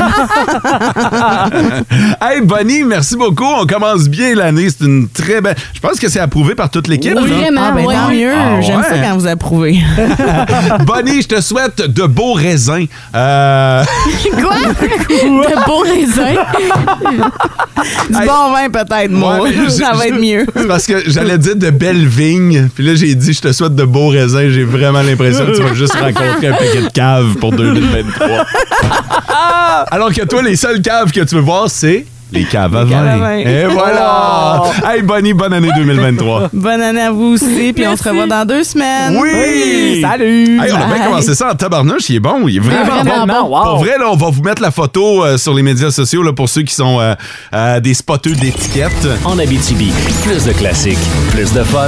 Hey, Bonnie, merci beaucoup. On commence bien l'année. C'est une très belle... Je pense que c'est approuvé par toute l'équipe. Oui, vraiment, tant mieux. J'aime ça quand vous approuvez. Bonnie, je te souhaite de beaux beaux raisins. Quoi? De beaux raisins? Du bon vin, peut-être, moi. Ouais, ça va être mieux. C'est parce que j'allais dire de belles vignes. Puis là, j'ai dit, je te souhaite de beaux raisins. J'ai vraiment l'impression que tu vas juste rencontrer un paquet de caves pour 2023. Alors que toi, les seules caves que tu veux voir, c'est... Les caves à vin. Et voilà! Oh. Hey, Bonnie, bonne année 2023. Bonne année à vous aussi, puis on se revoit dans 2 semaines. Oui! Salut! Hey, on a bien commencé ça en tabarnouche, il est bon, il est vraiment bon. Wow. Pour vrai, là, on va vous mettre la photo sur les médias sociaux là, pour ceux qui sont des spotteux d'étiquettes. En Abitibi, plus de classiques, plus de fun.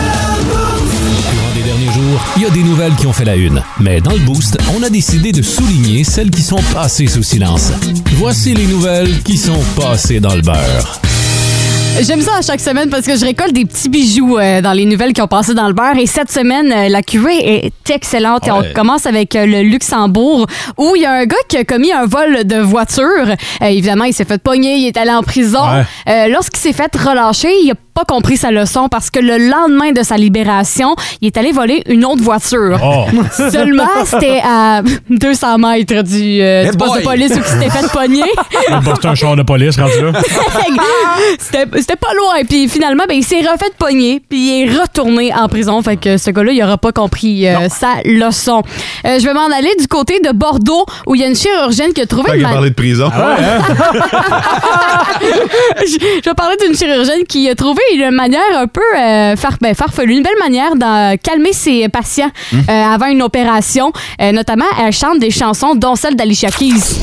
Il y a des nouvelles qui ont fait la une, mais dans le Boost, on a décidé de souligner celles qui sont passées sous silence. Voici les nouvelles qui sont passées dans le beurre. J'aime ça à chaque semaine parce que je récolte des petits bijoux dans les nouvelles qui ont passé dans le beurre. Et cette semaine, la cuvée est excellente. Ouais. Et on commence avec le Luxembourg où il y a un gars qui a commis un vol de voiture. Évidemment, il s'est fait pogner, il est allé en prison. Ouais. Lorsqu'il s'est fait relâcher, il a pas compris sa leçon parce que le lendemain de sa libération, il est allé voler une autre voiture. Oh. Seulement, c'était à 200 mètres du poste de police où il s'était fait pogner. C'est un char de police rendu là. C'était pas loin. Puis finalement, il s'est refait pogner puis il est retourné en prison. Fait que ce gars-là, il aura pas compris sa leçon. Je vais m'en aller du côté de Bordeaux où il y a une chirurgienne qui a trouvé... Fait qu'il a parlé de prison. Ah ouais, hein? Je vais parler d'une chirurgienne qui a trouvé une manière un peu farfelue, une belle manière de calmer ses patients avant une opération. Notamment, elle chante des chansons, dont celle d'Alicia Keys.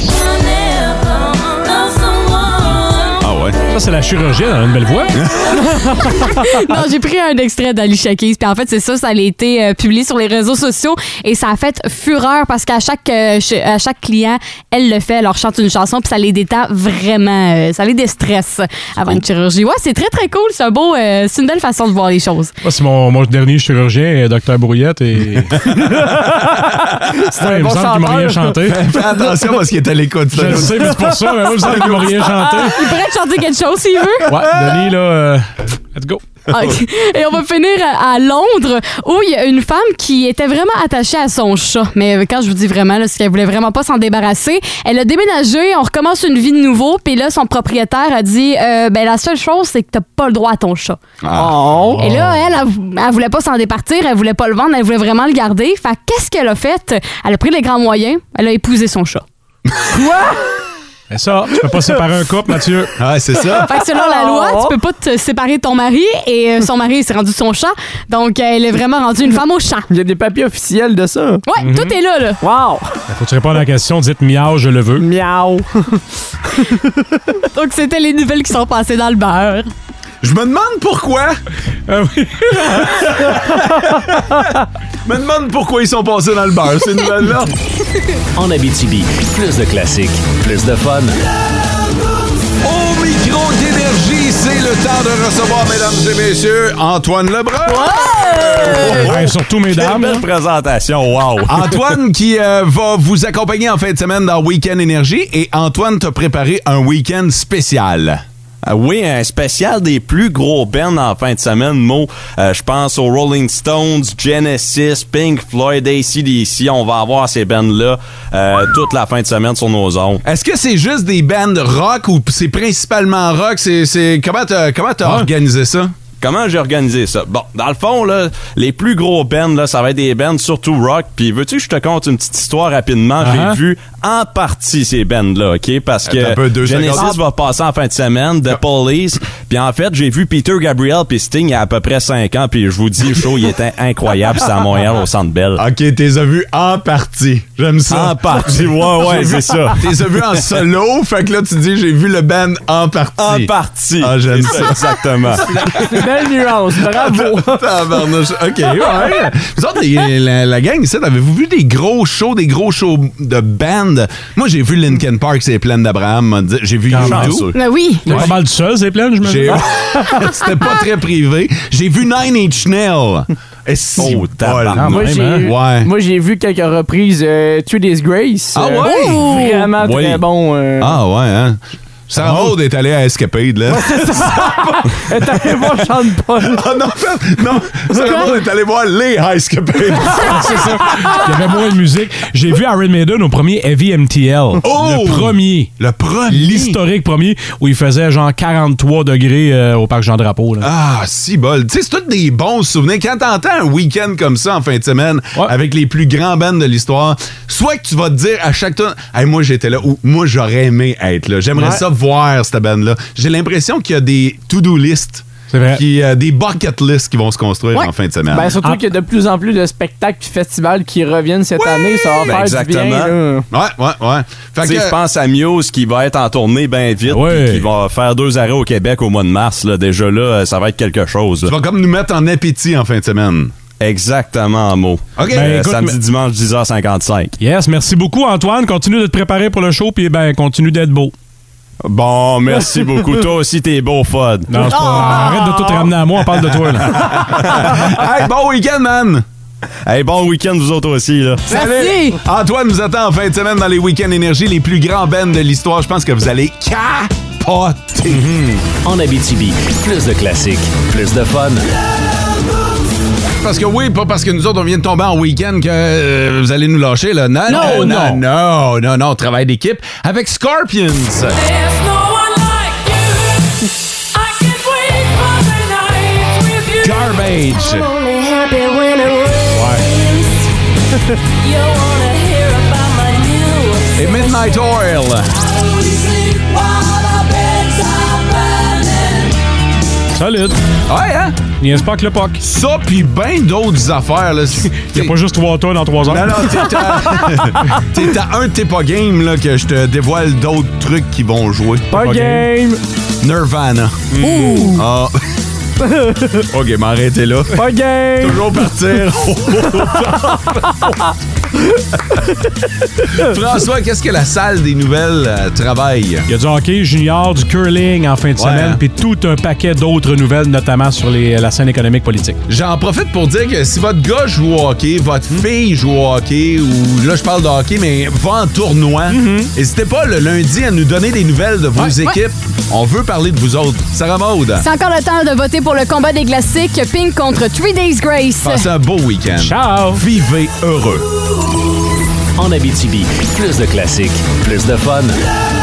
Ça, c'est la chirurgienne, elle a une belle voix. Non, j'ai pris un extrait d'Alicia Keys. Puis en fait, c'est ça a été publié sur les réseaux sociaux et ça a fait fureur parce qu'à chaque client, elle le fait, elle leur chante une chanson puis ça les détend vraiment, ça les déstresse avant une chirurgie. Ouais, c'est très, très cool. C'est c'est une belle façon de voir les choses. Moi, c'est mon dernier chirurgien, Dr. Brouillette. Et... c'est un bon chanteur. Il m'a rien chanté. Fais attention parce qu'il est à l'écoute. Je le sais, mais c'est pour ça. Mais moi, je sais qu'il m'a rien chanté. Il pourrait te chanter quelque chose s'il veut. Ouais, Denis, là, let's go. Okay. Et on va finir à Londres où il y a une femme qui était vraiment attachée à son chat. Mais quand je vous dis vraiment, c'est qu'elle voulait vraiment pas s'en débarrasser. Elle a déménagé, on recommence une vie de nouveau. Puis là, son propriétaire a dit la seule chose, c'est que t'as pas le droit à ton chat. Oh. Et là, elle voulait pas s'en départir, elle voulait pas le vendre, elle voulait vraiment le garder. Fait qu'est-ce qu'elle a fait? Elle a pris les grands moyens, elle a épousé son chat. Quoi? Mais ça, tu peux pas séparer un couple, Mathieu. Ah, c'est ça. Fait que selon la loi, tu peux pas te séparer de ton mari et son mari s'est rendu son chat. Donc, elle est vraiment rendue une femme au chat. Il y a des papiers officiels de ça. Ouais, tout est là. Wow! Faut que tu répondes à la question, dites miaou, je le veux. Miaou. Donc, c'était les nouvelles qui sont passées dans le beurre. Je me demande pourquoi. Oui. Je me demande pourquoi ils sont passés dans le beurre, ces nouvelles-là. En Abitibi, plus de classiques, plus de fun. Au micro d'énergie, c'est le temps de recevoir, mesdames et messieurs, Antoine Lebrun. Ouais, surtout mesdames. Quelle belle présentation, wow. Antoine qui va vous accompagner en fin de semaine dans Week-end Énergie. Et Antoine t'a préparé un week-end spécial. Oui, un spécial des plus gros bands en fin de semaine, Mo. Je pense aux Rolling Stones, Genesis, Pink Floyd, AC/DC. On va avoir ces bands-là toute la fin de semaine sur nos ondes. Est-ce que c'est juste des bands rock ou c'est principalement rock? Comment t'as organisé ça? Comment j'ai organisé ça? Bon, dans le fond, là, les plus gros bands, là, ça va être des bands surtout rock. Puis veux-tu que je te conte une petite histoire rapidement? J'ai vu en partie ces bands-là, OK? Parce que Genesis va passer en fin de semaine, The Police. Puis en fait, j'ai vu Peter Gabriel puis Sting il y a à peu près 5 ans. Puis je vous dis, le show, il était incroyable. C'est à Montréal, au Centre Bell. OK, t'es as vu en partie. J'aime ça. En partie, ouais, c'est ça. T'es as vu en solo. Fait que là, tu dis, j'ai vu le band en partie. En partie. Ah, j'aime ça. Exactement. Belle nuance, bravo. OK, ouais. Vous autres, la gang ici, avez-vous vu des gros shows de band? Moi, j'ai vu Linkin Park, c'est plein d'Abraham. J'ai vu YouTube. Oui. C'est pas mal du seul, c'est plein, je me dis. C'était pas très privé. J'ai vu Nine Inch Nails. Moi, j'ai vu quelques reprises 3 Days Grace. Ah ouais? Vraiment très bon. Ah ouais, hein? Sarah Maud est allée à Escapade, là. Ouais, c'est ça. Elle est allée voir Sean Paul. Ah non, non. Sarah Maud est allée voir les Escapades. C'est ça. Il y avait moins de musique. J'ai vu Iron Maiden au premier Heavy MTL. Oh! Le premier. L'historique premier, où il faisait genre 43 degrés au parc Jean-Drapeau. Là. Ah, si bol. Tu sais, c'est tous des bons souvenirs. Quand t'entends un week-end comme ça en fin de semaine, avec les plus grands bands de l'histoire, soit que tu vas te dire à chaque temps, hey, moi j'étais là, ou moi j'aurais aimé être là. J'aimerais ça voir cette band-là. J'ai l'impression qu'il y a des to-do lists. C'est vrai. Des bucket lists qui vont se construire en fin de semaine. Ben, surtout qu'il y a de plus en plus de spectacles et festivals qui reviennent cette année. Ça va faire du bien. Ouais. Fait que je pense à Muse qui va être en tournée bien vite et qui va faire 2 arrêts au Québec au mois de mars. Là. Déjà là, ça va être quelque chose. Tu vas comme nous mettre en appétit en fin de semaine. Exactement, en mots. OK. Samedi, dimanche, 10h55. Yes, merci beaucoup, Antoine. Continue de te préparer pour le show, puis continue d'être beau. Bon, merci beaucoup. Toi aussi, t'es beau, Fod. Non, c'est pas... Arrête de tout ramener à moi, on parle de toi, là. Hey, bon week-end, man! Hey, bon week-end, vous autres aussi, là. Salut! Antoine nous attend en fin de semaine dans les Week-ends Énergie, les plus grands bands de l'histoire. Je pense que vous allez capoter. En Abitibi, plus de classiques, plus de fun. Parce que oui, pas parce que nous autres, on vient de tomber en week-end que vous allez nous lâcher, là. Non. Travail d'équipe avec Scorpions. Garbage. Et Midnight Oil. Solide. Ouais, hein? Niaise pas que le POC. Ça, pis ben d'autres affaires, là. Il n'y a pas juste 3 tonnes en 3 heures. Non, t'es à un t'es pas game, là, que je te dévoile d'autres trucs qui vont jouer. Pas game! Nirvana. Ouh! Ah. OK, m'arrêtez là. Pas game! Toujours partir. François, qu'est-ce que la salle des nouvelles travaille? Il y a du hockey junior, du curling en fin de semaine, puis tout un paquet d'autres nouvelles, notamment sur la scène économique politique. J'en profite pour dire que si votre gars joue au hockey, votre fille joue au hockey, ou là je parle de hockey, mais va en tournoi, n'hésitez pas le lundi à nous donner des nouvelles de vos équipes. On veut parler de vous autres. Sarah Maud. C'est encore le temps de voter pour le combat des classiques Pink contre 3 Days Grace. Passez un beau week-end. Ciao. Vivez heureux. En Abitibi, plus de classiques, plus de fun.